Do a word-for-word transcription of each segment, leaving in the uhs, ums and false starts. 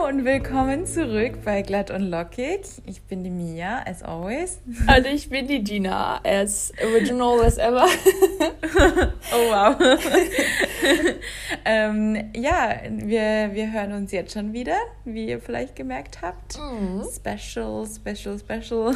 und willkommen zurück bei Glatt und Lockig. Ich bin die Mia, as always. Und ich bin die Gina, as original as ever. Oh wow. ähm, ja, wir, wir hören uns jetzt schon wieder, wie ihr vielleicht gemerkt habt. Mhm. Special, special, special.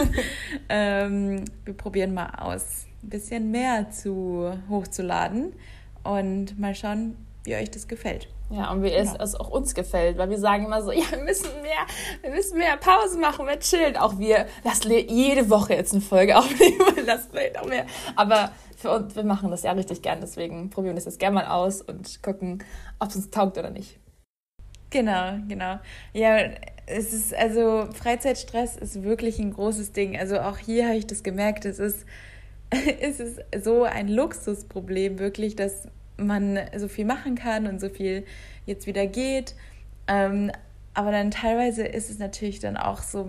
ähm, wir probieren mal aus, ein bisschen mehr zu hochzuladen und mal schauen, wie euch das gefällt. Ja, und wie es, genau. es auch uns gefällt, weil wir sagen immer so, ja, wir müssen mehr, wir müssen mehr Pause machen, mehr chillen. Auch wir lassen jede Woche jetzt eine Folge aufnehmen, lassen wir noch mehr. Aber für uns, wir machen das ja richtig gern, deswegen probieren wir das jetzt gerne mal aus und gucken, ob es uns taugt oder nicht. Genau, genau. Ja, es ist, also Freizeitstress ist wirklich ein großes Ding. Also auch hier habe ich das gemerkt, es ist, es ist so ein Luxusproblem wirklich, dass man so viel machen kann und so viel jetzt wieder geht. Ähm, aber dann teilweise ist es natürlich dann auch so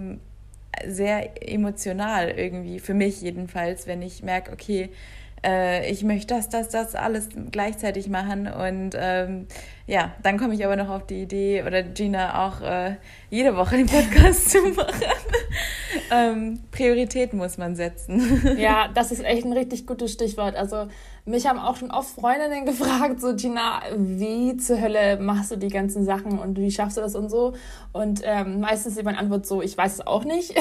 sehr emotional irgendwie, für mich jedenfalls, wenn ich merke, okay, äh, ich möchte das, das, das alles gleichzeitig machen und ähm, ja, dann komme ich aber noch auf die Idee, oder Gina auch, äh, jede Woche den Podcast zu machen. ähm, Prioritäten muss man setzen. Ja, das ist echt ein richtig gutes Stichwort. Also mich haben auch schon oft Freundinnen gefragt, so Gina, wie zur Hölle machst du die ganzen Sachen und wie schaffst du das und so? Und ähm, meistens ist meine Antwort so, ich weiß es auch nicht.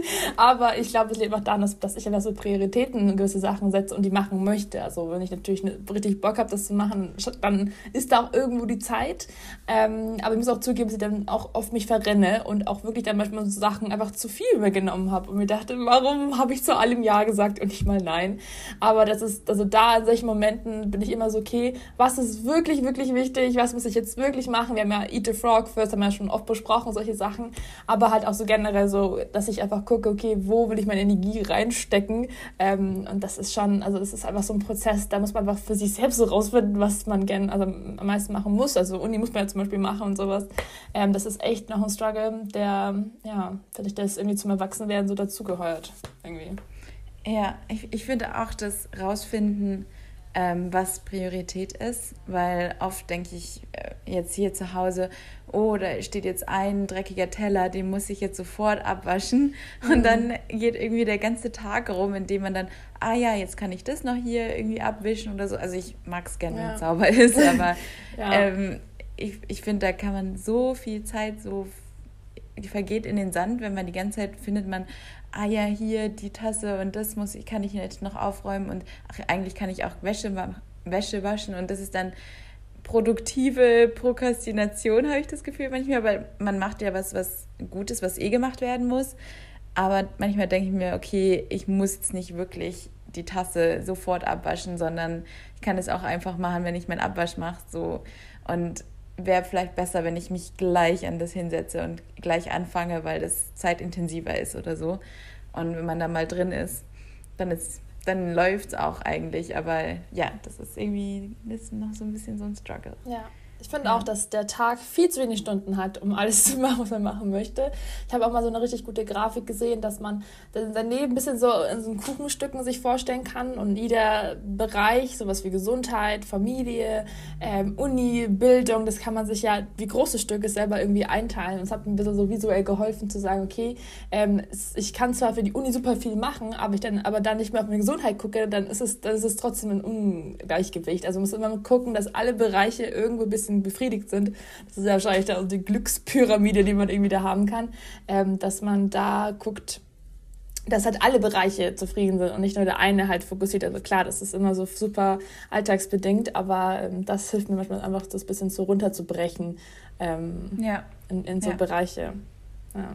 Aber ich glaube, es liegt auch daran, dass, dass ich einfach so Prioritäten in gewisse Sachen setze und die machen möchte. Also wenn ich natürlich ne, richtig Bock habe, das zu machen, dann ist da auch irgendwo die Zeit. Ähm, aber ich muss auch zugeben, dass ich dann auch oft mich verrenne und auch wirklich dann manchmal so Sachen einfach zu viel mir genommen habe und mir dachte, warum habe ich zu allem Ja gesagt und nicht mal Nein? Aber das ist, also da in solchen Momenten bin ich immer so, okay, was ist wirklich, wirklich wichtig? Was muss ich jetzt wirklich machen? Wir haben ja Eat the Frog First, haben wir ja schon oft besprochen, solche Sachen. Aber halt auch so generell so, dass ich einfach gucke, okay, wo will ich meine Energie reinstecken? Ähm, und das ist schon, also das ist einfach so ein Prozess, da muss man einfach für sich selbst so rausfinden, was man gerne, also am meisten machen muss. Also Uni muss man ja zum Beispiel machen und sowas. Ähm, das ist echt noch ein Struggle, der, ja, vielleicht das irgendwie zum Erwachsenwerden so dazugehört. Irgendwie. Ja, ich, ich finde auch das Rausfinden, ähm, was Priorität ist, weil oft denke ich äh, jetzt hier zu Hause, oh, da steht jetzt ein dreckiger Teller, den muss ich jetzt sofort abwaschen. Mhm. Und dann geht irgendwie der ganze Tag rum, indem man dann, ah ja, jetzt kann ich das noch hier irgendwie abwischen oder so. Also ich mag es gerne, ja. wenn es sauber ist, aber ja. ähm, ich, ich finde, da kann man so viel Zeit, so die vergeht in den Sand, wenn man die ganze Zeit findet man, ah ja, hier die Tasse und das muss ich, kann ich jetzt noch aufräumen und ach, eigentlich kann ich auch Wäsche, Wäsche waschen und das ist dann produktive Prokrastination, habe ich das Gefühl manchmal, weil man macht ja was, was gut ist, was eh gemacht werden muss, aber manchmal denke ich mir, okay, ich muss jetzt nicht wirklich die Tasse sofort abwaschen, sondern ich kann es auch einfach machen, wenn ich meinen Abwasch mache, so, und wäre vielleicht besser, wenn ich mich gleich an das hinsetze und gleich anfange, weil das zeitintensiver ist oder so. Und wenn man da mal drin ist, dann ist, dann läuft es auch eigentlich. Aber ja, das ist irgendwie das ist noch so ein bisschen so ein Struggle. Ja. Ich finde ja. auch, dass der Tag viel zu wenig Stunden hat, um alles zu machen, was man machen möchte. Ich habe auch mal so eine richtig gute Grafik gesehen, dass man sein Leben ein bisschen so in so Kuchenstücken sich vorstellen kann und jeder Bereich, sowas wie Gesundheit, Familie, ähm, Uni, Bildung, das kann man sich ja wie große Stücke selber irgendwie einteilen. Und es hat mir ein bisschen so visuell geholfen zu sagen, okay, ähm, ich kann zwar für die Uni super viel machen, aber ich dann aber dann nicht mehr auf meine Gesundheit gucke, dann ist es, dann ist es trotzdem ein Ungleichgewicht. Also man muss immer gucken, dass alle Bereiche irgendwo ein bisschen befriedigt sind. Das ist ja wahrscheinlich da die Glückspyramide, die man irgendwie da haben kann, ähm, dass man da guckt, dass halt alle Bereiche zufrieden sind und nicht nur der eine halt fokussiert. Also klar, das ist immer so super alltagsbedingt, aber ähm, das hilft mir manchmal einfach, das ein bisschen so runterzubrechen ähm, ja. in, in so ja. Bereiche. Ja,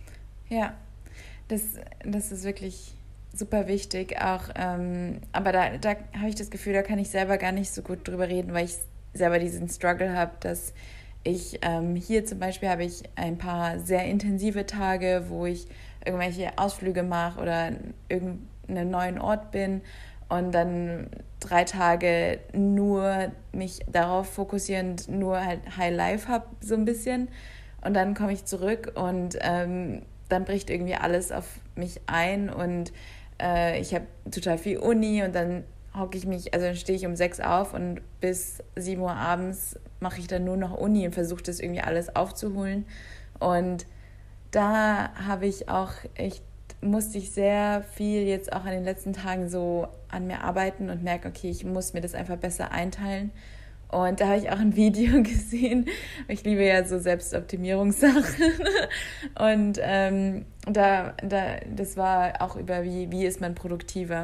ja. Das, das ist wirklich super wichtig auch, ähm, aber da, da habe ich das Gefühl, da kann ich selber gar nicht so gut drüber reden, weil ich selber diesen Struggle habe, dass ich ähm, hier zum Beispiel habe ich ein paar sehr intensive Tage, wo ich irgendwelche Ausflüge mache oder an irgendeinem neuen Ort bin und dann drei Tage nur mich darauf fokussierend nur halt High Life habe, so ein bisschen, und dann komme ich zurück und ähm, dann bricht irgendwie alles auf mich ein und äh, ich habe total viel Uni und dann hocke ich mich, also dann stehe ich um sechs auf und bis sieben Uhr abends mache ich dann nur noch Uni und versuche das irgendwie alles aufzuholen. Und da habe ich auch echt, musste ich sehr viel jetzt auch an den letzten Tagen so an mir arbeiten und merke, okay, ich muss mir das einfach besser einteilen. Und da habe ich auch ein Video gesehen. Ich liebe ja so Selbstoptimierungssachen. Und ähm, da, da, das war auch über, wie, wie ist man produktiver.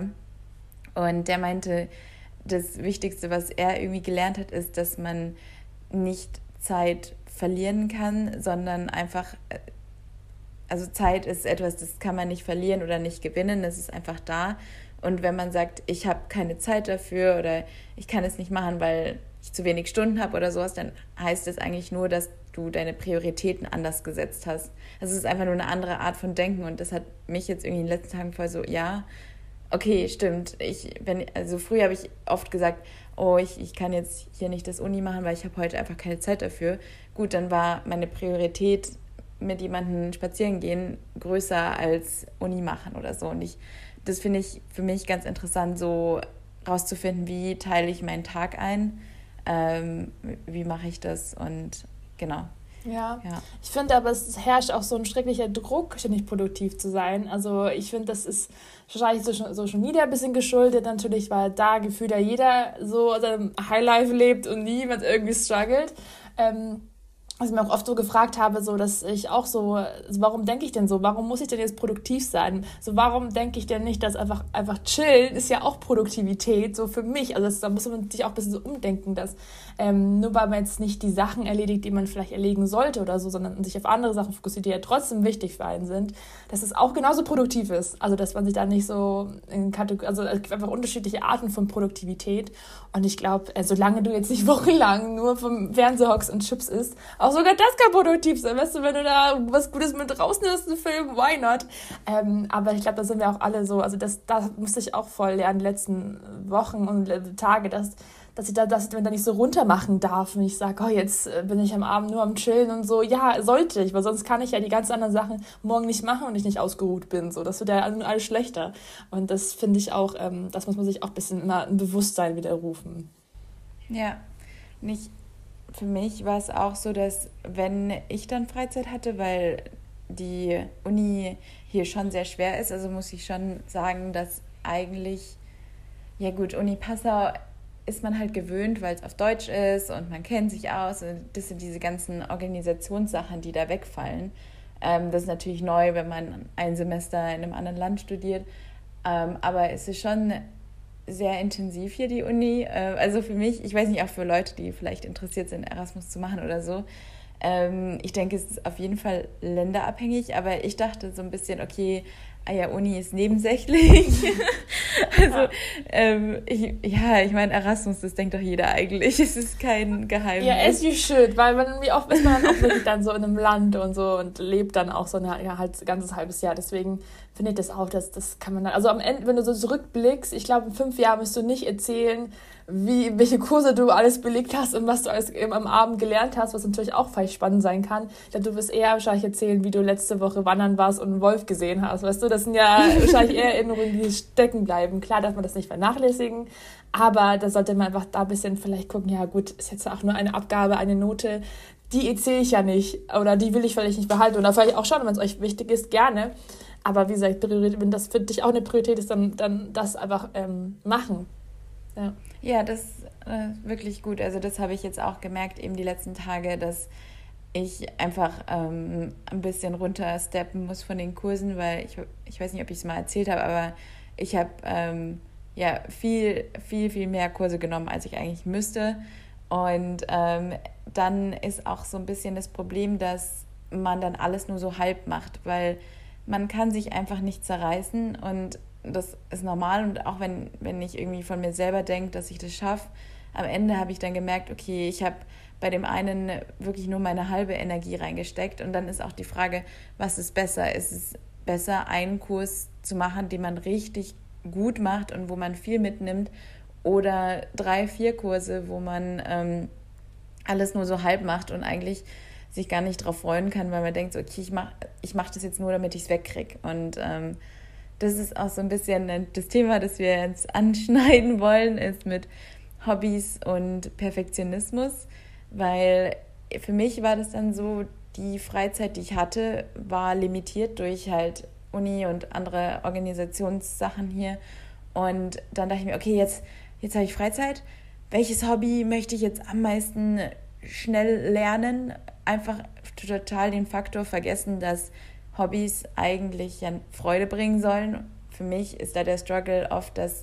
Und der meinte, das Wichtigste, was er irgendwie gelernt hat, ist, dass man nicht Zeit verlieren kann, sondern einfach, also Zeit ist etwas, das kann man nicht verlieren oder nicht gewinnen, das ist einfach da. Und wenn man sagt, ich habe keine Zeit dafür oder ich kann es nicht machen, weil ich zu wenig Stunden habe oder sowas, dann heißt es eigentlich nur, dass du deine Prioritäten anders gesetzt hast. Also es ist einfach nur eine andere Art von Denken und das hat mich jetzt irgendwie in den letzten Tagen voll so, ja, okay, stimmt. Ich, wenn, also früher habe ich oft gesagt, oh, ich, ich kann jetzt hier nicht das Uni machen, weil ich habe heute einfach keine Zeit dafür. Gut, dann war meine Priorität mit jemandem spazieren gehen größer als Uni machen oder so. Und ich, das finde ich für mich ganz interessant, so rauszufinden, wie teile ich meinen Tag ein, ähm, wie mache ich das und genau. Ja. ja, ich finde aber, es herrscht auch so ein schrecklicher Druck, ständig produktiv zu sein. Also ich finde, das ist wahrscheinlich so Social Media ein bisschen geschuldet natürlich, weil da gefühlt ja jeder so seinem Highlife lebt und niemand irgendwie struggelt. Ähm, was ich mir auch oft so gefragt habe, so dass ich auch so, warum denke ich denn so? Warum muss ich denn jetzt produktiv sein? So, warum denke ich denn nicht, dass einfach einfach chillen ist ja auch Produktivität, so für mich. Also das, da muss man sich auch ein bisschen so umdenken, dass ähm, nur weil man jetzt nicht die Sachen erledigt, die man vielleicht erledigen sollte oder so, sondern sich auf andere Sachen fokussiert, die ja trotzdem wichtig für einen sind, dass es auch genauso produktiv ist. Also dass man sich da nicht so in Kategorien, also es gibt einfach unterschiedliche Arten von Produktivität. Und ich glaube, äh, solange du jetzt nicht wochenlang nur vom Fernseher hockst und Chips isst, auch sogar das kann produktiv sein, weißt du, wenn du da was Gutes mit rausnimmst, einen Film, why not? Ähm, aber ich glaube, da sind wir auch alle so, also das, da musste ich auch voll lernen, die letzten Wochen und Tage, dass, dass ich da, dass ich da nicht so runter machen darf und ich sage, oh, jetzt bin ich am Abend nur am Chillen und so, ja, sollte ich, weil sonst kann ich ja die ganzen anderen Sachen morgen nicht machen und ich nicht ausgeruht bin, so, das wird ja alles schlechter. Und das finde ich auch, ähm, das muss man sich auch ein bisschen immer ein Bewusstsein widerrufen. Ja, nicht. Für mich war es auch so, dass wenn ich dann Freizeit hatte, weil die Uni hier schon sehr schwer ist, also muss ich schon sagen, dass eigentlich, ja gut, Uni Passau ist man halt gewöhnt, weil es auf Deutsch ist und man kennt sich aus und das sind diese ganzen Organisationssachen, die da wegfallen. Ähm, das ist natürlich neu, wenn man ein Semester in einem anderen Land studiert, ähm, aber es ist schon sehr intensiv hier, die Uni. Also für mich, ich weiß nicht, auch für Leute, die vielleicht interessiert sind, Erasmus zu machen oder so. Ich denke, es ist auf jeden Fall länderabhängig, aber ich dachte so ein bisschen, okay, ah ja, Uni ist nebensächlich. also, ja, ähm, ich, ja ich meine, Erasmus, das denkt doch jeder eigentlich. Es ist kein Geheimnis. Ja, as you should, weil man, wie oft ist man dann auch wirklich dann so in einem Land und so und lebt dann auch so eine, ja, halt ein ganzes halbes Jahr. Deswegen finde ich das auch, dass das kann man dann, also am Ende, wenn du so zurückblickst, ich glaube, in fünf Jahren musst du nicht erzählen, wie, welche Kurse du alles belegt hast und was du alles am Abend gelernt hast, was natürlich auch vielleicht spannend sein kann. Ich glaube, du wirst eher wahrscheinlich erzählen, wie du letzte Woche wandern warst und einen Wolf gesehen hast. Weißt du, das sind ja wahrscheinlich eher Erinnerungen, die stecken bleiben. Klar darf man das nicht vernachlässigen, aber da sollte man einfach da ein bisschen vielleicht gucken, ja gut, ist jetzt auch nur eine Abgabe, eine Note, die erzähle ich ja nicht oder die will ich vielleicht nicht behalten oder vielleicht auch schon, wenn es euch wichtig ist, gerne. Aber wie gesagt, wenn das für dich auch eine Priorität ist, dann, dann das einfach ähm, machen. Ja, ja, das ist äh, wirklich gut. Also das habe ich jetzt auch gemerkt, eben die letzten Tage, dass ich einfach ähm, ein bisschen runtersteppen muss von den Kursen, weil ich, ich weiß nicht, ob ich es mal erzählt habe, aber ich habe ähm, ja viel, viel, viel mehr Kurse genommen, als ich eigentlich müsste. Und ähm, dann ist auch so ein bisschen das Problem, dass man dann alles nur so halb macht, weil man kann sich einfach nicht zerreißen und das ist normal und auch wenn, wenn ich irgendwie von mir selber denke, dass ich das schaffe, am Ende habe ich dann gemerkt, okay, ich habe bei dem einen wirklich nur meine halbe Energie reingesteckt und dann ist auch die Frage, was ist besser? Ist es besser, einen Kurs zu machen, den man richtig gut macht und wo man viel mitnimmt oder drei, vier Kurse, wo man ähm, alles nur so halb macht und eigentlich sich gar nicht drauf freuen kann, weil man denkt, so, okay, ich mache ich mach das jetzt nur, damit ich es wegkriege und ähm, das ist auch so ein bisschen das Thema, das wir jetzt anschneiden wollen, ist mit Hobbys und Perfektionismus, weil für mich war das dann so, die Freizeit, die ich hatte, war limitiert durch halt Uni und andere Organisationssachen hier. Und dann dachte ich mir, okay, jetzt, jetzt habe ich Freizeit. Welches Hobby möchte ich jetzt am meisten schnell lernen? Einfach total den Faktor vergessen, dass Hobbys eigentlich ja Freude bringen sollen. Für mich ist da der Struggle oft, dass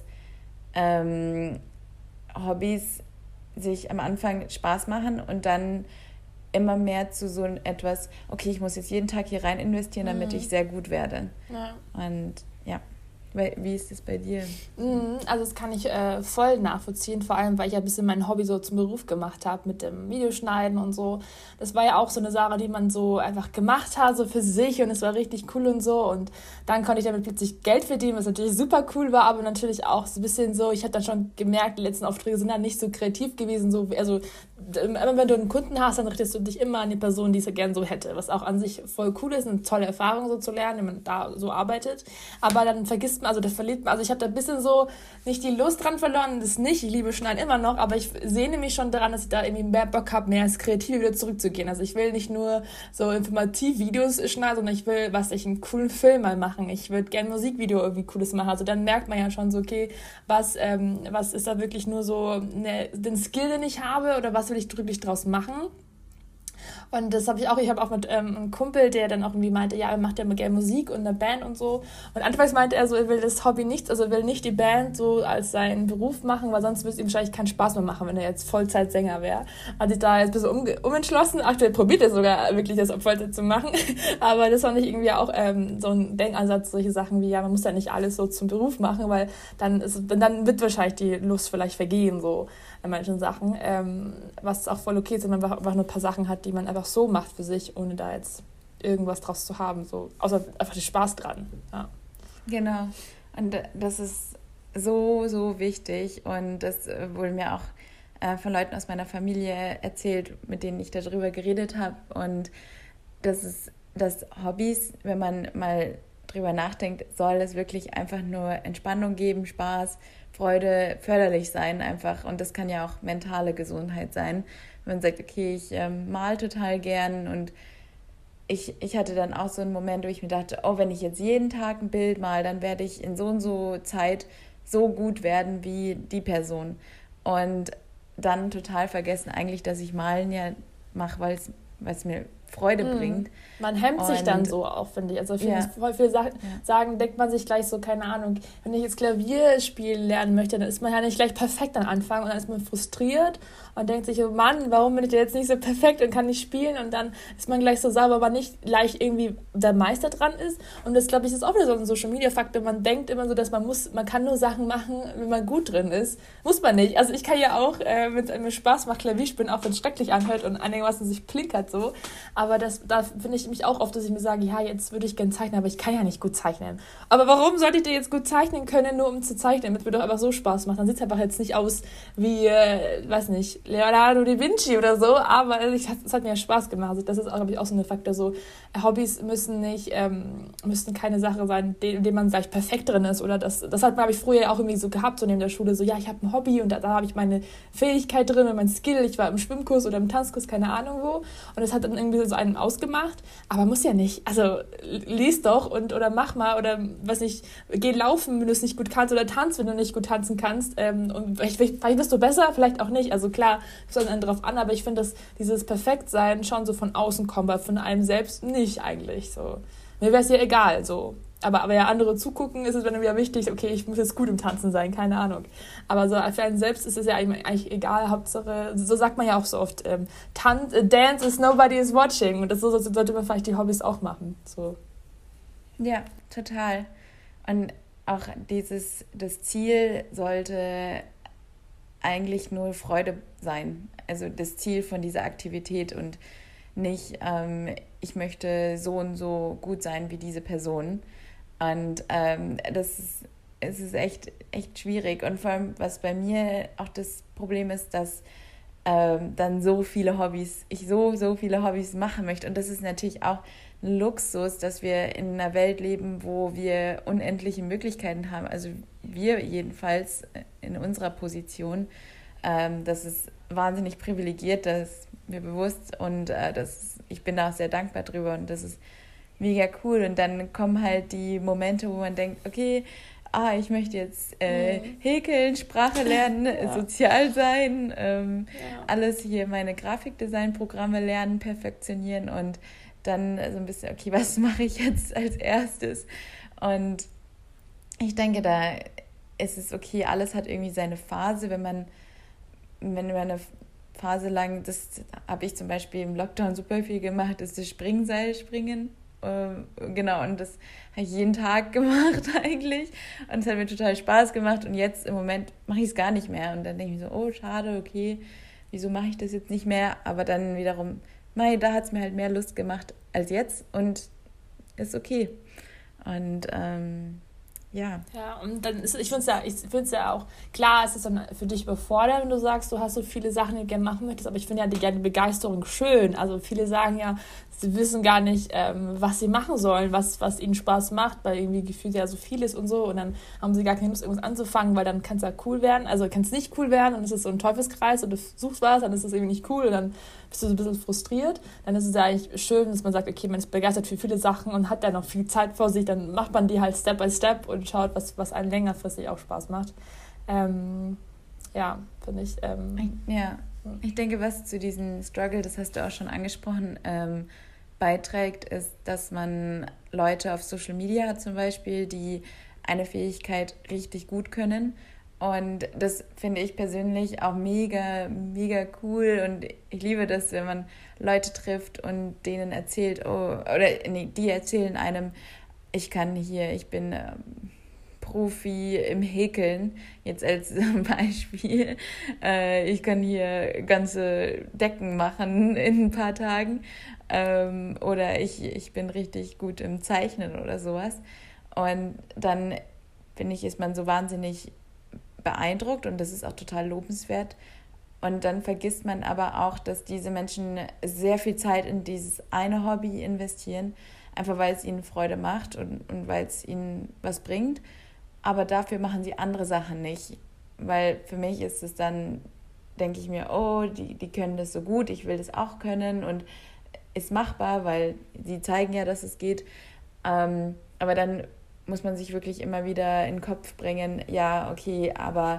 ähm, Hobbys sich am Anfang Spaß machen und dann immer mehr zu so etwas, okay, ich muss jetzt jeden Tag hier rein investieren, damit mhm. ich sehr gut werde. Ja. Und ja, wie ist das bei dir? Also das kann ich äh, voll nachvollziehen, vor allem, weil ich ja ein bisschen mein Hobby so zum Beruf gemacht habe mit dem Videoschneiden und so. Das war ja auch so eine Sache, die man so einfach gemacht hat, so für sich und es war richtig cool und so und dann konnte ich damit plötzlich Geld verdienen, was natürlich super cool war, aber natürlich auch so ein bisschen so, ich habe dann schon gemerkt, die letzten Aufträge sind dann nicht so kreativ gewesen, so, also immer wenn du einen Kunden hast, dann richtest du dich immer an die Person, die es ja gern so hätte, was auch an sich voll cool ist, eine tolle Erfahrung so zu lernen, wenn man da so arbeitet, aber dann vergisst man, also das verliert man, also ich habe da ein bisschen so nicht die Lust dran verloren, das nicht, ich liebe Schneiden immer noch, aber ich sehne mich schon daran, dass ich da irgendwie mehr Bock habe, mehr ins Kreative wieder zurückzugehen, also ich will nicht nur so Informativ-Videos schneiden, sondern ich will, was ich, einen coolen Film mal machen, ich würde gerne ein Musikvideo irgendwie Cooles machen, also dann merkt man ja schon so, okay, was, ähm, was ist da wirklich nur so ne, den Skill, den ich habe oder was will ich wirklich draus machen. Und das habe ich auch, ich habe auch mit ähm, einem Kumpel, der dann auch irgendwie meinte, ja, er macht ja immer gerne Musik und eine Band und so. Und anfangs meinte er so, er will das Hobby nicht, also er will nicht die Band so als seinen Beruf machen, weil sonst würde es ihm wahrscheinlich keinen Spaß mehr machen, wenn er jetzt Vollzeitsänger wäre. Hat sich da jetzt ein bisschen um, umentschlossen. Aktuell probiert er sogar wirklich das auf Vollzeit zu machen. Aber das fand ich irgendwie auch ähm, so ein Denkansatz, solche Sachen wie, ja, man muss ja nicht alles so zum Beruf machen, weil dann, ist, dann wird wahrscheinlich die Lust vielleicht vergehen, so an manchen Sachen. Ähm, was auch voll okay ist, wenn man einfach nur ein paar Sachen hat, die man einfach so macht für sich, ohne da jetzt irgendwas draus zu haben, so außer einfach den Spaß dran. Ja. Genau. Und das ist so, so wichtig und das wurde mir auch äh, von Leuten aus meiner Familie erzählt, mit denen ich darüber geredet habe und das ist, dass Hobbys, wenn man mal drüber nachdenkt, soll es wirklich einfach nur Entspannung geben, Spaß, Freude, förderlich sein einfach und das kann ja auch mentale Gesundheit sein. Wenn man sagt, okay, ich ähm, mal total gern und ich, ich hatte dann auch so einen Moment, wo ich mir dachte, oh, wenn ich jetzt jeden Tag ein Bild mal, dann werde ich in so und so Zeit so gut werden wie die Person. Und dann total vergessen eigentlich, dass ich Malen ja mache, weil es weil es mir Freude mm. bringt. Man hemmt und, sich dann so auch, finde ich. Also viele, ja. voll viele Sachen, ja. sagen, denkt man sich gleich so, keine Ahnung, wenn ich jetzt Klavierspiel lernen möchte, dann ist man ja nicht gleich perfekt am Anfang und dann ist man frustriert und denkt sich, oh Mann, warum bin ich jetzt nicht so perfekt und kann nicht spielen und dann ist man gleich so sauber, aber nicht gleich irgendwie der Meister dran ist und das, glaube ich, ist auch wieder so ein Social-Media-Faktor. Man denkt immer so, dass man muss, man kann nur Sachen machen, wenn man gut drin ist. Muss man nicht. Also ich kann ja auch, äh, wenn es mir Spaß macht, Klavier spielen, auch wenn es schrecklich anhört und einigermaßen sich plinkert so, aber das, da finde ich mich auch oft, dass ich mir sage, ja, jetzt würde ich gerne zeichnen, aber ich kann ja nicht gut zeichnen. Aber warum sollte ich dir jetzt gut zeichnen können, nur um zu zeichnen, damit mir doch einfach so Spaß macht? Dann sieht es einfach jetzt nicht aus wie, äh, weiß nicht, Leonardo da Vinci oder so, aber es hat, hat mir ja Spaß gemacht. Also das ist, glaube ich, auch so ein Faktor, so Hobbys müssen nicht, ähm, müssen keine Sache sein, in dem man gleich perfekt drin ist oder das, das hat man, habe ich früher auch irgendwie so gehabt, so neben der Schule, so ja, ich habe ein Hobby und da, da habe ich meine Fähigkeit drin und mein Skill, ich war im Schwimmkurs oder im Tanzkurs, keine Ahnung wo und das hat dann irgendwie so einen ausgemacht, aber muss ja nicht, also lies doch und oder mach mal oder weiß nicht, geh laufen, wenn du es nicht gut kannst oder tanz, wenn du nicht gut tanzen kannst ähm, und vielleicht, vielleicht bist du besser, vielleicht auch nicht, also klar, es kommt dann drauf an, aber ich finde, dass dieses Perfektsein schon so von außen kommt, aber von einem selbst nicht eigentlich, so. Mir wäre es ja egal, so. Aber, aber ja, andere zugucken, ist es dann wieder wichtig, okay, ich muss jetzt gut im Tanzen sein, keine Ahnung. Aber so für einen selbst ist es ja eigentlich egal, Hauptsache, so sagt man ja auch so oft, ähm, Tan- Dance is nobody is watching. Und das so, so sollte man vielleicht die Hobbys auch machen. So. Ja, total. Und auch dieses, das Ziel sollte eigentlich nur Freude sein. Also das Ziel von dieser Aktivität und nicht, ähm, ich möchte so und so gut sein wie diese Person. Und ähm, das ist, es ist echt, echt schwierig. Und vor allem, was bei mir auch das Problem ist, dass ähm, dann so viele Hobbys, ich so, so viele Hobbys machen möchte. Und das ist natürlich auch ein Luxus, dass wir in einer Welt leben, wo wir unendliche Möglichkeiten haben. Also wir jedenfalls in unserer Position. Ähm, das ist wahnsinnig privilegiert, das ist mir bewusst und äh, das, ich bin da auch sehr dankbar drüber und das ist mega cool. Und dann kommen halt die Momente, wo man denkt, okay, ah, ich möchte jetzt äh, mhm. häkeln, Sprache lernen, ja. sozial sein, ähm, ja. alles hier, meine Grafikdesign-Programme lernen, perfektionieren und dann so ein bisschen, okay, was mache ich jetzt als erstes? Und ich denke, da ist es okay, alles hat irgendwie seine Phase, wenn man, wenn man eine Phase lang, das habe ich zum Beispiel im Lockdown super viel gemacht, ist das Springseilspringen. Genau, und das habe ich jeden Tag gemacht eigentlich und es hat mir total Spaß gemacht und jetzt im Moment mache ich es gar nicht mehr und dann denke ich mir so, oh schade, okay, wieso mache ich das jetzt nicht mehr, aber dann wiederum, mei, da hat es mir halt mehr Lust gemacht als jetzt und ist okay und ähm, ja. Ja, und dann ist, ich finde es ja, ich find's ja auch, klar, es ist dann für dich überfordert, wenn du sagst, du hast so viele Sachen, die du gerne machen möchtest, aber ich finde ja die, ja die Begeisterung schön. Also viele sagen ja, sie wissen gar nicht, ähm, was sie machen sollen, was, was ihnen Spaß macht, weil irgendwie gefühlt ja so viel ist und so und dann haben sie gar keine Lust, irgendwas anzufangen, weil dann kann es ja cool werden, also kann es nicht cool werden und es ist so ein Teufelskreis und du suchst was, dann ist es irgendwie nicht cool und dann bist du so ein bisschen frustriert. Dann ist es ja eigentlich schön, dass man sagt, okay, man ist begeistert für viele Sachen und hat ja noch viel Zeit vor sich, dann macht man die halt Step by Step und schaut, was, was einem längerfristig auch Spaß macht. Ähm, ja, finde ich. Ähm, ja, ich denke, was zu diesem Struggle, das hast du auch schon angesprochen, ähm, beiträgt, ist, dass man Leute auf Social Media hat zum Beispiel, die eine Fähigkeit richtig gut können. Und das finde ich persönlich auch mega, mega cool. Und ich liebe das, wenn man Leute trifft und denen erzählt, oh, oder nee, die erzählen einem, ich kann hier, ich bin ähm, Profi im Häkeln, jetzt als Beispiel. Äh, ich kann hier ganze Decken machen in ein paar Tagen. Ähm, oder ich, ich bin richtig gut im Zeichnen oder sowas. Und dann, finde ich, ist man so wahnsinnig beeindruckt und das ist auch total lobenswert. Und dann vergisst man aber auch, dass diese Menschen sehr viel Zeit in dieses eine Hobby investieren, einfach weil es ihnen Freude macht und, und weil es ihnen was bringt. Aber dafür machen sie andere Sachen nicht. Weil für mich ist es dann, denke ich mir, oh, die, die können das so gut, ich will das auch können und ist machbar, weil sie zeigen ja, dass es geht. Ähm, aber dann muss man sich wirklich immer wieder in den Kopf bringen, ja, okay, aber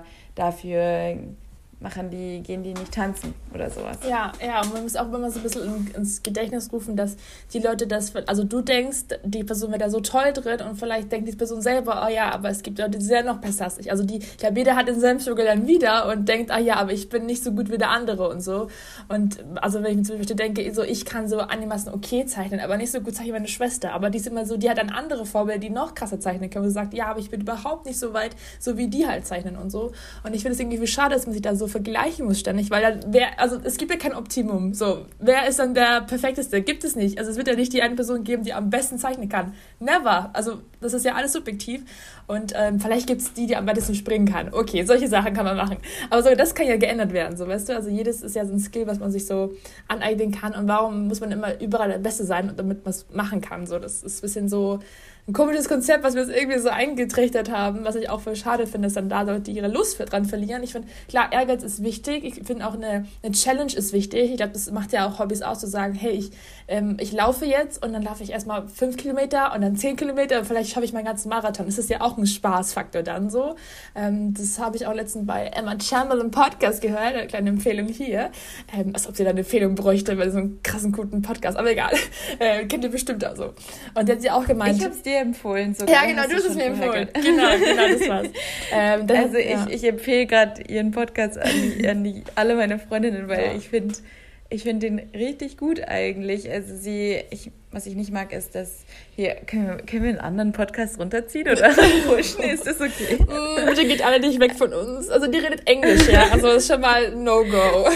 dafür machen die, gehen die nicht tanzen oder sowas. Ja, ja, und man muss auch immer so ein bisschen ins Gedächtnis rufen, dass die Leute das, also du denkst, die Person wäre da so toll drin und vielleicht denkt die Person selber, oh ja, aber es gibt Leute, die sind ja noch besser als ich. Also die, ich glaube, jeder hat denselben Struggle dann wieder und denkt, ah ja, aber ich bin nicht so gut wie der andere und so. Und also wenn ich mir zum Beispiel denke, so ich kann so einigermaßen okay zeichnen, aber nicht so gut zeichnen wie meine Schwester. Aber die ist immer so, die hat dann andere Vorbilder, die noch krasser zeichnen können. Und sagt, ja, aber ich bin überhaupt nicht so weit, so wie die halt zeichnen und so. Und ich finde es irgendwie schade, dass man sich da so vergleichen muss ständig, weil dann wer, also es gibt ja kein Optimum. So, wer ist dann der Perfekteste? Gibt es nicht. Also es wird ja nicht die eine Person geben, die am besten zeichnen kann. Never. Also das ist ja alles subjektiv. Und ähm, vielleicht gibt es die, die am weitesten springen kann. Okay, solche Sachen kann man machen. Aber so, das kann ja geändert werden, so, weißt du? Also jedes ist ja so ein Skill, was man sich so aneignen kann. Und warum muss man immer überall der Beste sein, damit man es machen kann? So, das ist ein bisschen so ein komisches Konzept, was wir jetzt irgendwie so eingetrichtert haben, was ich auch voll schade finde, dass dann da Leute ihre Lust dran verlieren. Ich finde, klar, Ehrgeiz ist wichtig. Ich finde auch eine, eine Challenge ist wichtig. Ich glaube, das macht ja auch Hobbys aus, zu sagen, hey, ich, ähm, ich laufe jetzt und dann laufe ich erstmal fünf Kilometer und dann zehn Kilometer und vielleicht schaffe ich meinen ganzen Marathon. Das ist ja auch ein Spaßfaktor dann so. Ähm, das habe ich auch letztens bei Emma Chamberlain im Podcast gehört, eine kleine Empfehlung hier. Ähm, als ob sie da eine Empfehlung bräuchte, weil so einen krassen, guten Podcast, aber egal. Äh, kennt ihr bestimmt auch so. Und der hat sie auch gemeint. Ich habe es dir empfohlen sogar. Ja, genau, du hast es mir empfohlen. Genau, genau, das war's. Ähm, das, also ich, ja. ich empfehle gerade ihren Podcast an, die, an die, alle meine Freundinnen, weil ja. ich finde ich find den richtig gut eigentlich. Also sie, ich, was ich nicht mag, ist, dass hier, können wir, können wir einen anderen Podcast runterziehen oder pushen? Ist das okay? Mm, bitte geht alle nicht weg von uns. Also die redet Englisch, ja. Also das ist schon mal No-Go.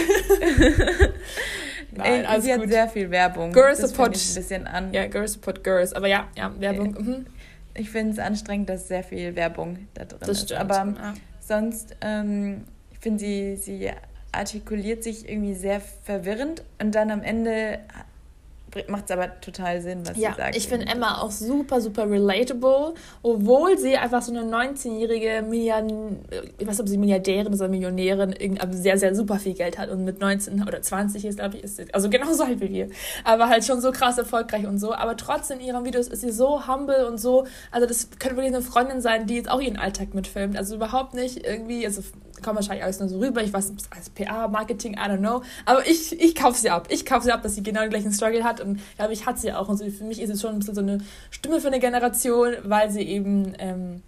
Nein, alles sie gut. Hat sehr viel Werbung. Girls das support. Ich ein bisschen an. Ja, Girls support Girls. Aber ja, ja, Werbung. Ja. Mhm. Ich finde es anstrengend, dass sehr viel Werbung da drin das ist. Stimmt. Aber ja. sonst, ähm, ich finde, sie, sie artikuliert sich irgendwie sehr verwirrend und dann am Ende macht es aber total Sinn, was ja, sie sagt. Ich finde Emma auch super, super relatable, obwohl sie einfach so eine neunzehnjährige Milliard, ich weiß nicht, ob sie Milliardärin oder Millionärin, aber sehr, sehr super viel Geld hat und mit neunzehn oder zwanzig ist, glaube ich, ist sie, also genauso alt wie wir, aber halt schon so krass erfolgreich und so, aber trotzdem in ihren Videos ist sie so humble und so, also das könnte wirklich eine Freundin sein, die jetzt auch ihren Alltag mitfilmt, also überhaupt nicht irgendwie, also kommt wahrscheinlich alles nur so rüber, ich weiß nicht, als P R, Marketing, I don't know, aber ich, ich kaufe sie ab, ich kaufe sie ab, dass sie genau den gleichen Struggle hat und glaube ich, hat sie auch und so, für mich ist es schon ein bisschen so eine Stimme für eine Generation, weil sie eben ähm,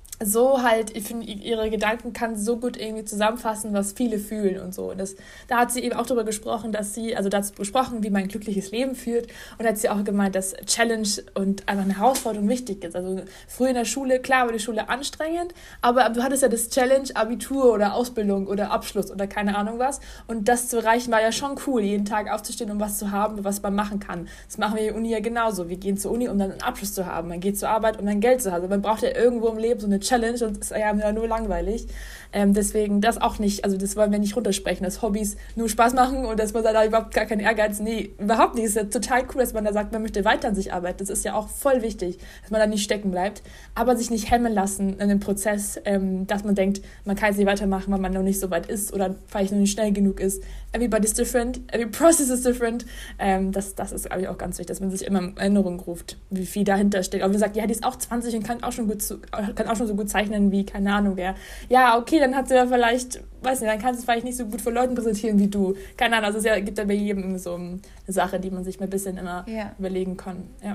so halt, ich finde, ihre Gedanken kann so gut irgendwie zusammenfassen, was viele fühlen und so. Und das, da hat sie eben auch darüber gesprochen, dass sie, also dazu gesprochen, wie man ein glückliches Leben führt. Und da hat sie auch gemeint, dass Challenge und einfach eine Herausforderung wichtig ist. Also früher in der Schule, klar war die Schule anstrengend, aber du hattest ja das Challenge, Abitur oder Ausbildung oder Abschluss oder keine Ahnung was. Und das zu erreichen war ja schon cool, jeden Tag aufzustehen, um was zu haben, was man machen kann. Das machen wir in der Uni ja genauso. Wir gehen zur Uni, um dann einen Abschluss zu haben. Man geht zur Arbeit, um dann Geld zu haben. Also man braucht ja irgendwo im Leben so eine Challenge und ist ja nur langweilig. Ähm, deswegen das auch nicht, also das wollen wir nicht runtersprechen, dass Hobbys nur Spaß machen und dass man da überhaupt gar keinen Ehrgeiz, nee, überhaupt nicht. Es ist ja total cool, dass man da sagt, man möchte weiter an sich arbeiten. Das ist ja auch voll wichtig, dass man da nicht stecken bleibt, aber sich nicht hemmen lassen in dem Prozess, ähm, dass man denkt, man kann jetzt nicht weitermachen, weil man noch nicht so weit ist oder vielleicht noch nicht schnell genug ist. Everybody's different, every process is different. Ähm, das, das ist, glaube ich, auch ganz wichtig, dass man sich immer in Erinnerung ruft, wie viel dahinter steckt. Aber wie gesagt, ja, die ist auch zwanzig und kann auch schon gut zu, kann auch schon so gut zeichnen wie, keine Ahnung wer. Ja, okay, dann hat sie ja vielleicht, weiß nicht, dann kannst du es vielleicht nicht so gut vor Leuten präsentieren wie du. Keine Ahnung, also es ja, gibt ja bei jedem so eine Sache, die man sich mal ein bisschen immer ja. überlegen kann. Ja.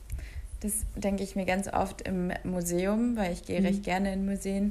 Das denke ich mir ganz oft im Museum, weil ich gehe mhm. recht gerne in Museen.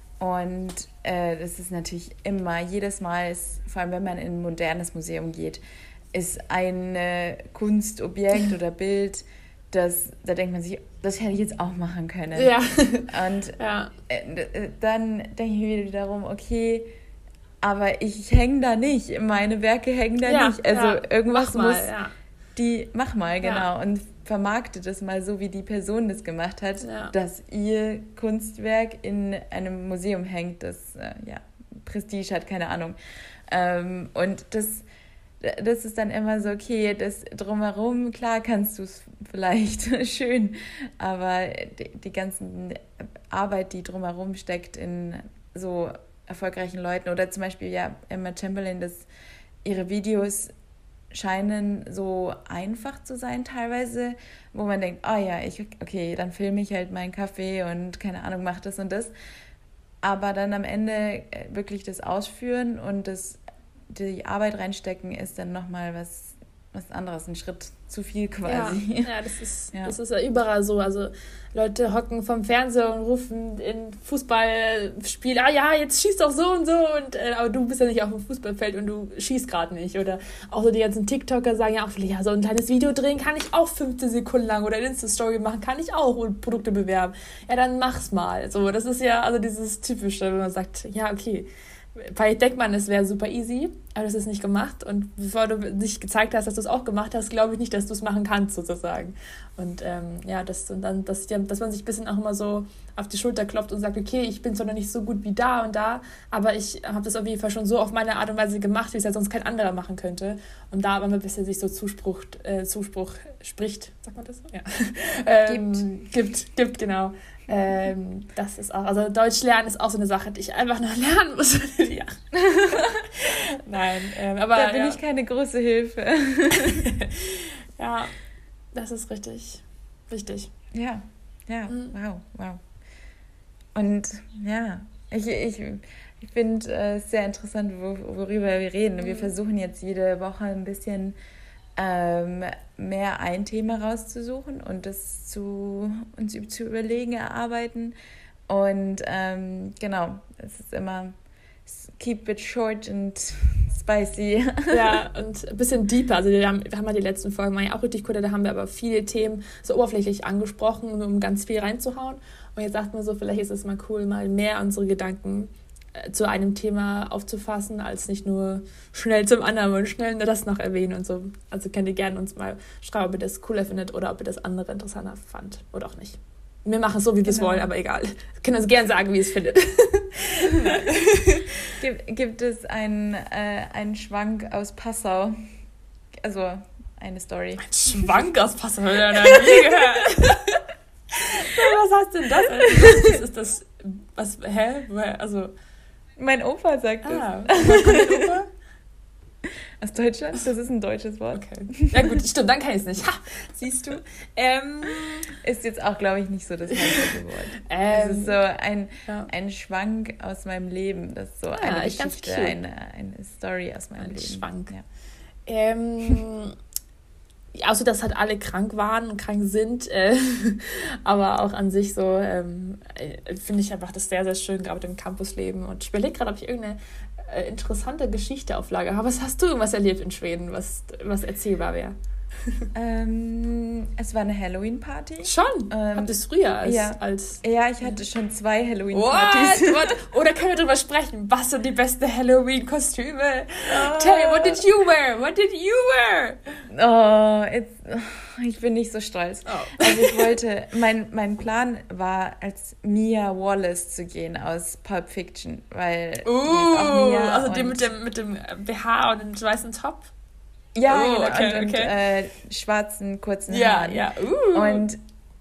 Und äh, das ist natürlich immer, jedes Mal, ist, vor allem wenn man in ein modernes Museum geht, ist ein äh, Kunstobjekt oder Bild, das, da denkt man sich, das hätte ich jetzt auch machen können. Ja. Und ja. Äh, dann denke ich mir wieder darum, okay, aber ich hänge da nicht, meine Werke hängen da ja, nicht. Also ja. irgendwas mach mal, muss ja. die, mach mal, genau. Ja. Und vermarkte das mal so, wie die Person das gemacht hat, ja. dass ihr Kunstwerk in einem Museum hängt, das äh, ja, Prestige hat, keine Ahnung. Ähm, und das, das ist dann immer so, okay, das drumherum, klar kannst du es vielleicht schön, aber die, die ganzen Arbeit, die drumherum steckt in so erfolgreichen Leuten oder zum Beispiel ja Emma Chamberlain, dass ihre Videos scheinen so einfach zu sein teilweise, wo man denkt, oh ja, ich, okay, dann filme ich halt meinen Kaffee und keine Ahnung, mach das und das. Aber dann am Ende wirklich das Ausführen und das, die Arbeit reinstecken ist dann nochmal was, was anderes, ein Schritt zu viel quasi. Ja, ja, das ist, ja. das ist ja überall so. Also Leute hocken vom Fernseher und rufen in Fußballspiel, ah ja, jetzt schießt doch so und so, und äh, aber du bist ja nicht auf dem Fußballfeld und du schießt gerade nicht. Oder auch so die ganzen TikToker sagen ja auch, ja, so ein kleines Video drehen kann ich auch fünfzehn Sekunden lang oder Insta-Story machen kann ich auch und Produkte bewerben. Ja, dann mach's mal. So, das ist ja also dieses Typische, wenn man sagt, ja, okay, vielleicht denkt man, es wäre super easy, aber das ist nicht gemacht. Und bevor du nicht gezeigt hast, dass du es auch gemacht hast, glaube ich nicht, dass du es machen kannst, sozusagen. Und ähm, ja, das, und dann, dass, dass man sich ein bisschen auch immer so auf die Schulter klopft und sagt, okay, ich bin zwar noch nicht so gut wie da und da, aber ich habe das auf jeden Fall schon so auf meine Art und Weise gemacht, wie es ja sonst kein anderer machen könnte. Und da aber ein bisschen sich so Zuspruch, äh, Zuspruch spricht, sagt man das so? Ja. ähm, gibt. Gibt, gibt, genau. Ähm, das ist auch, also Deutsch lernen ist auch so eine Sache, die ich einfach noch lernen muss. Ja. Nein, ähm, aber da bin ja. ich keine große Hilfe. Ja, das ist richtig wichtig. Ja, ja, mhm. wow, wow. Und ja, ich, ich, ich finde es äh, sehr interessant, wo, worüber wir reden. Mhm. Wir versuchen jetzt jede Woche ein bisschen ähm, mehr ein Thema rauszusuchen und das zu uns zu überlegen, erarbeiten. Und ähm, genau, es ist immer keep it short and spicy. Ja, und ein bisschen deeper. Also wir haben, wir haben ja die letzten Folgen waren ja auch richtig cool, da haben wir aber viele Themen so oberflächlich angesprochen, um ganz viel reinzuhauen. Und jetzt dachten wir so, vielleicht ist es mal cool, mal mehr unsere Gedanken zu einem Thema aufzufassen, als nicht nur schnell zum anderen und schnell nur das noch erwähnen und so. Also könnt ihr gerne uns mal schreiben, ob ihr das cooler findet oder ob ihr das andere interessanter fand oder auch nicht. Wir machen es so, wie wir es genau. wollen, aber egal. Ihr könnt uns gerne sagen, wie ihr es findet. gibt, gibt es einen, äh, einen Schwank aus Passau? Also eine Story. Ein Schwank aus Passau, ich habe noch nie gehört. Was heißt denn das? Das ist das, was, hä? Also... Mein Opa sagt ah, das. Woher kommt dein Opa? Aus Deutschland? Das ist ein deutsches Wort. Okay. Ja gut, stimmt, dann kann ich es nicht. Ha, siehst du. Ähm, ist jetzt auch, glaube ich, nicht so das häufige Wort. Ähm, es ist so ein, ja. ein Schwank aus meinem Leben. Das ist so ah, eine Geschichte, eine, eine Story aus meinem ein Leben. Schwank. Ja. Ähm, außer, dass halt alle krank waren und krank sind. Äh, aber auch an sich so ähm, finde ich einfach das sehr, sehr schön, gerade im Campusleben. Und ich überlege gerade, ob ich irgendeine äh, interessante Geschichte auf Lager habe. Was hast du irgendwas erlebt in Schweden, was, was erzählbar wäre? Ähm, es war eine Halloween-Party. Schon? Ähm, Habt ihr es früher als, ja. als... Ja, ich hatte schon zwei Halloween-Partys. What? What? Oder können wir drüber sprechen? Was sind die besten Halloween-Kostüme? Oh. Tell me, what did you wear? What did you wear? Oh, jetzt, ich bin nicht so stolz. Oh. Also ich wollte, mein, mein Plan war, als Mia Wallace zu gehen aus Pulp Fiction, weil uh, die ist auch Mia. Also die mit dem, mit dem B H und dem weißen Top? Ja, oh, genau, okay, und, okay. und äh, schwarzen, kurzen ja, Haaren. Ja, uh. Und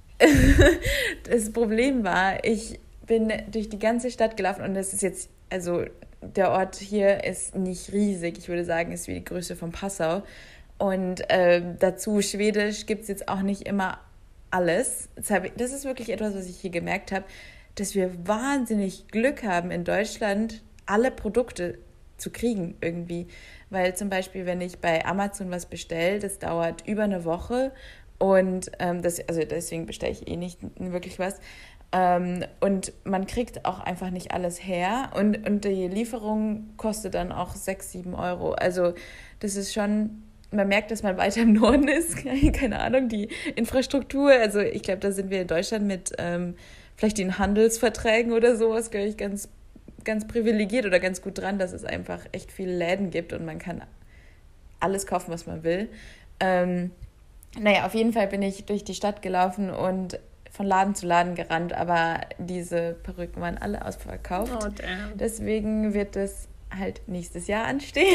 das Problem war, ich bin durch die ganze Stadt gelaufen und das ist jetzt, also der Ort hier ist nicht riesig, ich würde sagen, ist wie die Größe von Passau. Und äh, dazu Schwedisch gibt es jetzt auch nicht immer alles. Das ist wirklich etwas, was ich hier gemerkt habe, dass wir wahnsinnig Glück haben, in Deutschland alle Produkte zu kriegen irgendwie. Weil zum Beispiel, wenn ich bei Amazon was bestelle, das dauert über eine Woche und ähm, das, also deswegen bestelle ich eh nicht wirklich was. Ähm, und man kriegt auch einfach nicht alles her und, und die Lieferung kostet dann auch sechs, sieben Euro. Also das ist schon, man merkt, dass man weiter im Norden ist, keine Ahnung, die Infrastruktur, also ich glaube, da sind wir in Deutschland mit ähm, vielleicht den Handelsverträgen oder sowas, glaube ich, ganz ganz privilegiert oder ganz gut dran, dass es einfach echt viele Läden gibt und man kann alles kaufen, was man will. Ähm, naja, auf jeden Fall bin ich durch die Stadt gelaufen und von Laden zu Laden gerannt, aber diese Perücken waren alle ausverkauft. Oh, damn. Deswegen wird das halt nächstes Jahr anstehen.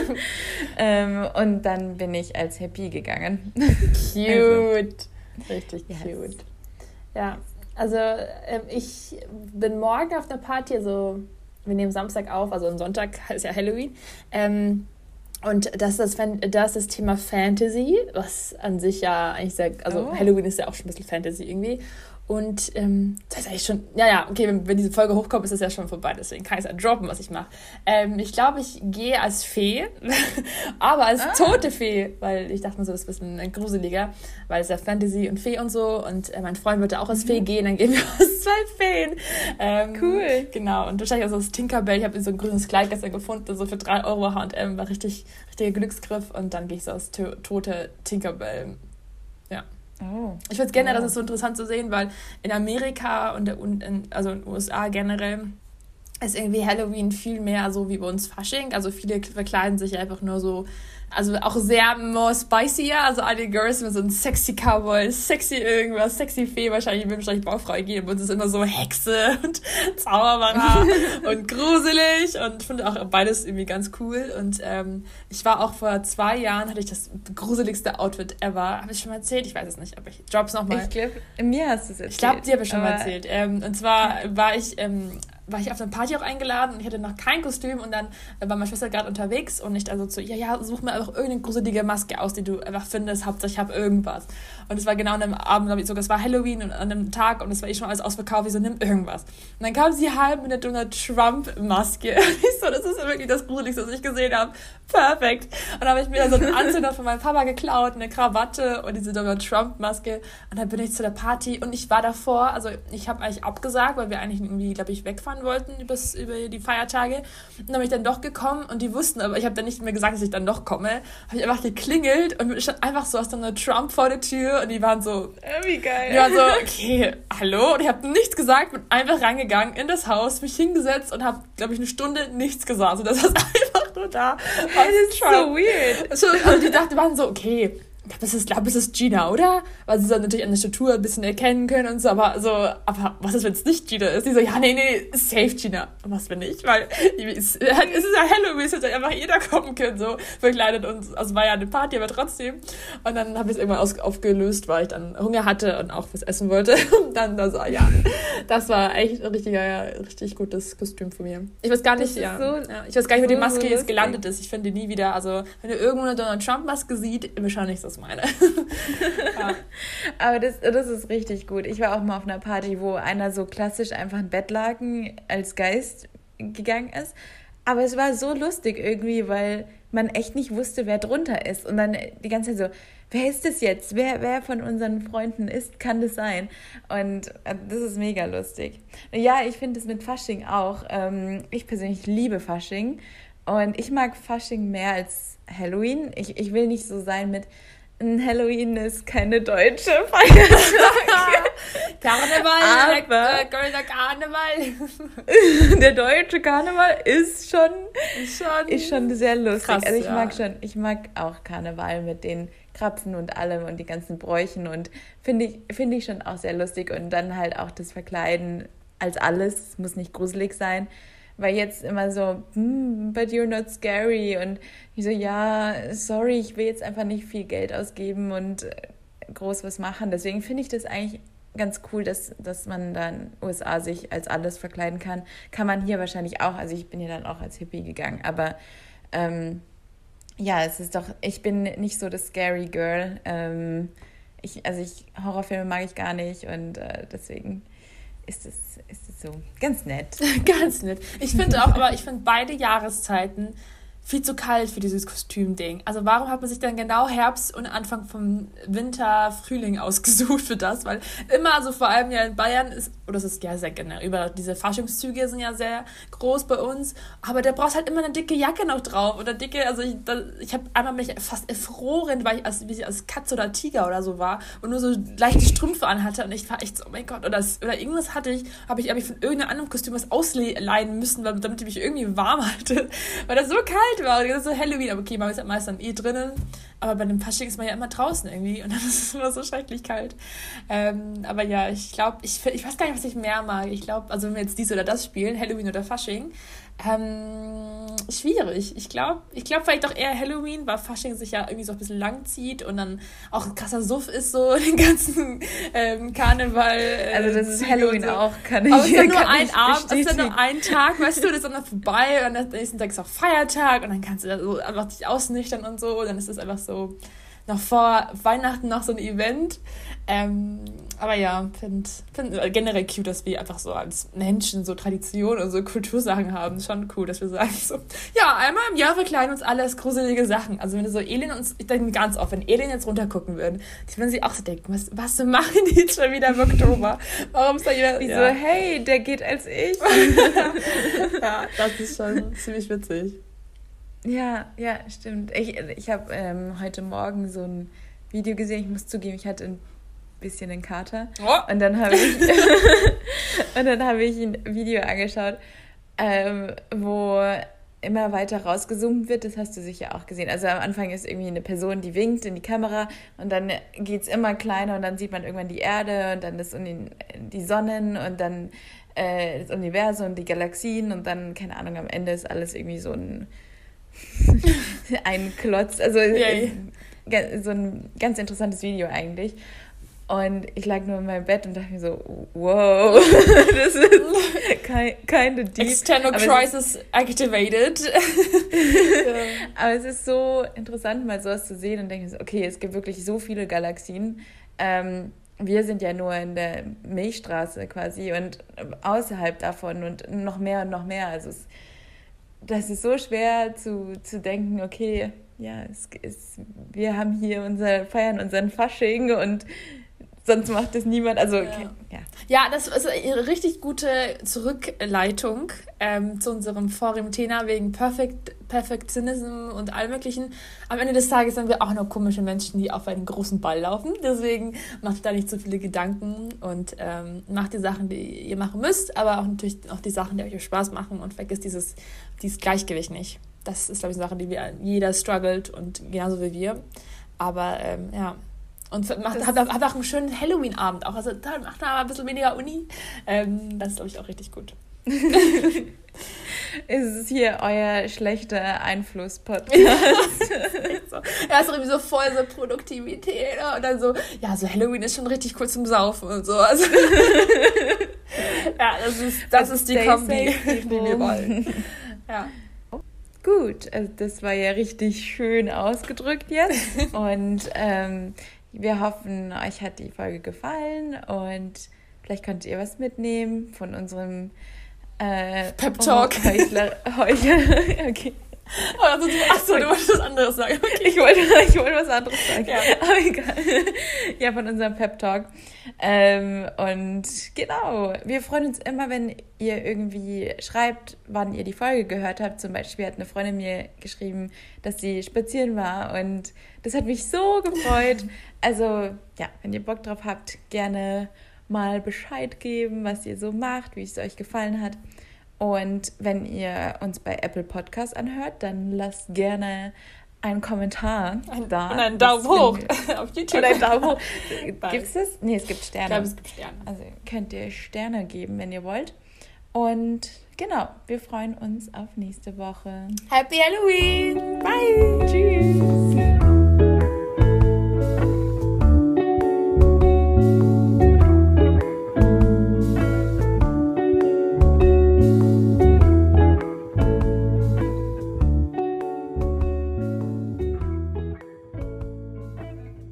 ähm, und dann bin ich als Happy gegangen. Cute. Also, richtig yes. cute. Ja. Also ähm, ich bin morgen auf einer Party, also wir nehmen Samstag auf, also am Sonntag ist ja Halloween. Ähm, und das ist, das, das ist das Thema Fantasy, was an sich ja eigentlich sehr, also oh. Halloween ist ja auch schon ein bisschen Fantasy irgendwie. Und ähm, das ist eigentlich schon, ja, ja, okay, wenn, wenn diese Folge hochkommt, ist das ja schon vorbei, deswegen kann ich es ja droppen, was ich mache. Ähm, ich glaube, ich gehe als Fee, aber als ah. tote Fee, weil ich dachte mir so, das ist ein bisschen gruseliger, weil es ja Fantasy und Fee und so und äh, mein Freund wollte auch als mhm. Fee gehen, dann gehen wir als zwei Feen. Ähm, cool. Genau, und wahrscheinlich auch so das Tinkerbell, ich habe so ein grünes Kleid gestern gefunden, so für drei Euro H und M, war richtig, richtiger Glücksgriff und dann gehe ich so als to- tote Tinkerbell, ja. Oh, ich finde es generell, wow. das ist so interessant zu sehen, weil in Amerika und, und in, also in den U S A generell ist irgendwie Halloween viel mehr so wie bei uns Fasching. Also viele verkleiden sich einfach nur so, also auch sehr more spicier. Also alle Girls mit so einem sexy Cowboy, sexy irgendwas, sexy Fee wahrscheinlich, ich will wahrscheinlich Baufrau gehen. Bei uns ist immer so Hexe und Zauberer und gruselig und ich finde auch beides irgendwie ganz cool. Und ähm, ich war auch vor zwei Jahren, hatte ich das gruseligste Outfit ever. Habe ich schon mal erzählt? Ich weiß es nicht, aber ich drop's nochmal. Ich glaube, mir hast du es erzählt. Ich glaube, dir habe ich schon mal erzählt. Ähm, und zwar war ich... Ähm, war ich auf eine Party auch eingeladen und ich hatte noch kein Kostüm und dann war meine Schwester gerade unterwegs und ich also so, ja, ja, such mir einfach irgendeine gruselige Maske aus, die du einfach findest, Hauptsache ich habe irgendwas. Und es war genau an einem Abend, glaube ich sogar, es war Halloween und an einem Tag und es war eh schon alles ausverkauft, ich so, nimm irgendwas. Und dann kam sie halb mit der Donald Trump-Maske. Ich so, das ist wirklich das Gruseligste, was ich gesehen habe. Perfekt. Und dann habe ich mir dann so einen Anzug von meinem Papa geklaut, eine Krawatte und diese Donald Trump-Maske und dann bin ich zu der Party und ich war davor, also ich habe eigentlich abgesagt, weil wir eigentlich irgendwie, glaube ich, wegfahren wollten übers, über die Feiertage und dann bin ich dann doch gekommen und die wussten, aber ich habe dann nicht mehr gesagt, dass ich dann doch komme, habe ich einfach geklingelt und stand einfach so aus Donald Trump vor der Tür und die waren so, äh, wie geil. Die waren so, okay, hallo? Und ich habe nichts gesagt, bin einfach reingegangen in das Haus, mich hingesetzt und habe, glaube ich, eine Stunde nichts gesagt. Also das ist einfach nur da. Das ist so weird. Also die dachten, die waren so, okay, das ist, glaube, das ist Gina, oder? Weil sie dann natürlich an der Statur ein bisschen erkennen können und so, aber so, aber was ist, wenn es nicht Gina ist? Die so, ja, nee, nee, safe Gina. Und was, wenn nicht? Weil es ist ja Halloween, es hätte einfach jeder kommen können, so verkleidet und, also war ja eine Party, aber trotzdem. Und dann habe ich es irgendwann aus, aufgelöst, weil ich dann Hunger hatte und auch was essen wollte. Und dann, da so, ja, das war echt ein richtiger, richtig gutes Kostüm von mir. Ich weiß gar nicht, ja, so, ja, ich weiß gar nicht, wo so, die Maske so jetzt gelandet ist. Ich finde die nie wieder, also, wenn du irgendwo eine Donald Trump-Maske siehst, wahrscheinlich ist das meine. Ja. Aber das, das ist richtig gut. Ich war auch mal auf einer Party, wo einer so klassisch einfach ein Bettlaken als Geist gegangen ist. Aber es war so lustig irgendwie, weil man echt nicht wusste, wer drunter ist. Und dann die ganze Zeit so, wer ist das jetzt? Wer, wer von unseren Freunden ist, kann das sein? Und das ist mega lustig. Ja, ich finde es mit Fasching auch. Ich persönlich liebe Fasching. Und ich mag Fasching mehr als Halloween. Ich, ich will nicht so sein mit, Halloween ist keine deutsche Feiertag. Karneval, der Kölner Karneval. Der deutsche Karneval ist schon, schon, ist schon sehr lustig. Krass, also ich ja. mag schon, ich mag auch Karneval mit den Krapfen und allem und die ganzen Bräuchen und finde ich, finde ich schon auch sehr lustig und dann halt auch das Verkleiden als alles, muss nicht gruselig sein. Weil jetzt immer so, hm, but you're not scary. Und ich so, ja, sorry, ich will jetzt einfach nicht viel Geld ausgeben und groß was machen. Deswegen finde ich das eigentlich ganz cool, dass, dass man dann in den U S A sich als alles verkleiden kann. Kann man hier wahrscheinlich auch. Also ich bin ja dann auch als Hippie gegangen. Aber ähm, ja, es ist doch, ich bin nicht so das Scary Girl. Ähm, ich, also ich, Horrorfilme mag ich gar nicht und äh, deswegen... Ist es, ist es so ganz nett. Ganz nett. Ich finde auch, aber ich finde beide Jahreszeiten viel zu kalt für dieses Kostümding. Also warum hat man sich dann genau Herbst und Anfang vom Winter, Frühling ausgesucht für das? Weil immer, also vor allem ja in Bayern ist, oder das ist ja sehr generell, über diese Faschingszüge sind ja sehr groß bei uns, aber da brauchst halt immer eine dicke Jacke noch drauf oder dicke, also ich, da, ich habe einmal mich fast erfroren, weil ich als, wie ich als Katze oder Tiger oder so war und nur so leichte Strümpfe anhatte und ich war echt so, oh mein Gott, oder, oder irgendwas hatte ich, habe ich, hab ich von irgendeinem anderen Kostüm was ausleihen müssen, weil, damit ich mich irgendwie warm halte, weil das so kalt war. Das ist so Halloween, aber okay, man ist ja meist dann eh drinnen, aber bei dem Fasching ist man ja immer draußen irgendwie und dann ist es immer so schrecklich kalt. Ähm, aber ja, ich glaube, ich, ich weiß gar nicht, was ich mehr mag. Ich glaube, also wenn wir jetzt dies oder das spielen, Halloween oder Fasching, ähm, schwierig. Ich glaube, ich glaube vielleicht doch eher Halloween, weil Fasching sich ja irgendwie so ein bisschen lang zieht und dann auch ein krasser Suff ist so den ganzen ähm, Karneval. Äh, also das ist Halloween so. Auch, kann ich Aber es ist dann nur ein Abend, es ist dann nur ein Tag, weißt du, das ist dann noch vorbei und am nächsten Tag ist auch Feiertag und dann kannst du da so einfach dich ausnüchtern und so, und dann ist es einfach so noch vor Weihnachten noch so ein Event. Ähm, aber ja, finde find generell cute, dass wir einfach so als Menschen so Tradition und so Kultursachen haben. Schon cool, dass wir sagen so, ja, einmal im Jahr verkleiden uns alle als gruselige Sachen. Also wenn du so Alien uns, ich denke ganz oft, wenn Alien jetzt runtergucken würden, die würden sich auch so denken, was, was machen die jetzt schon wieder im Oktober? Warum ist da jeder... Wie ja. so, hey, der geht als ich. Ja, das ist schon ziemlich witzig. Ja, ja, stimmt. Ich, ich habe ähm, heute Morgen so ein Video gesehen. Ich muss zugeben, ich hatte ein bisschen einen Kater. Oh. Und dann habe ich, und dann habe ich ein Video angeschaut, ähm, wo immer weiter rausgezoomt wird. Das hast du sicher auch gesehen. Also am Anfang ist irgendwie eine Person, die winkt in die Kamera und dann geht es immer kleiner und dann sieht man irgendwann die Erde und dann das Uni- die Sonnen und dann äh, das Universum, die Galaxien und dann, keine Ahnung, am Ende ist alles irgendwie so ein ein Klotz, also yeah. so ein ganz interessantes Video eigentlich. Und ich lag nur in meinem Bett und dachte mir so, wow, das ist kind of deep. External Crisis ist, activated. Aber es ist so interessant, mal sowas zu sehen und denke mir so, okay, es gibt wirklich so viele Galaxien. Ähm, wir sind ja nur in der Milchstraße quasi und außerhalb davon und noch mehr und noch mehr. Also es das ist so schwer zu, zu denken, okay, ja, es ist, wir haben hier unser, feiern unseren Fasching und sonst macht es niemand. Also, okay, ja. Ja, das ist eine richtig gute Zurückleitung ähm, zu unserem vorigen Thema wegen Perfect, Perfektionism und allem Möglichen. Am Ende des Tages sind wir auch nur komische Menschen, die auf einen großen Ball laufen. Deswegen macht da nicht so viele Gedanken und ähm, macht die Sachen, die ihr machen müsst, aber auch natürlich auch die Sachen, die euch Spaß machen und vergisst dieses, dieses Gleichgewicht nicht. Das ist, glaube ich, eine Sache, die wir, jeder struggelt und genauso wie wir. Aber ähm, ja. Und macht, hat, hat auch einen schönen Halloween-Abend auch. Also da macht er aber ein bisschen weniger Uni. Ähm, das ist, glaube ich, auch richtig gut. Ist es hier euer schlechter Einfluss-Podcast? So. Ja, ist irgendwie so voll so Produktivität. Ne? Und dann so, ja, so Halloween ist schon richtig cool zum Saufen und so. Also ja, das ist, das ist die Kombi, die wir wollen. Ja. Gut, also das war ja richtig schön ausgedrückt jetzt. Und ähm, wir hoffen, euch hat die Folge gefallen und vielleicht könnt ihr was mitnehmen von unserem Äh, Pep Talk. Oh, Heuchler, Heuchler, okay. Also, achso, du wolltest was anderes sagen. Okay. Ich wollte, ich wollte was anderes sagen. Ja. Aber egal. Ja, von unserem Pep Talk. Ähm, und genau, wir freuen uns immer, wenn ihr irgendwie schreibt, wann ihr die Folge gehört habt. Zum Beispiel hat eine Freundin mir geschrieben, dass sie spazieren war und das hat mich so gefreut. Also, ja, wenn ihr Bock drauf habt, gerne mal Bescheid geben, was ihr so macht, wie es euch gefallen hat. Und wenn ihr uns bei Apple Podcasts anhört, dann lasst gerne einen Kommentar ein, da. Und einen Daumen hoch auf YouTube. Oder einen Daumen hoch. Gibt es das? Nee, es gibt Sterne. Ich glaube, es gibt Sterne. Also könnt ihr Sterne geben, wenn ihr wollt. Und genau, wir freuen uns auf nächste Woche. Happy Halloween! Bye! Tschüss!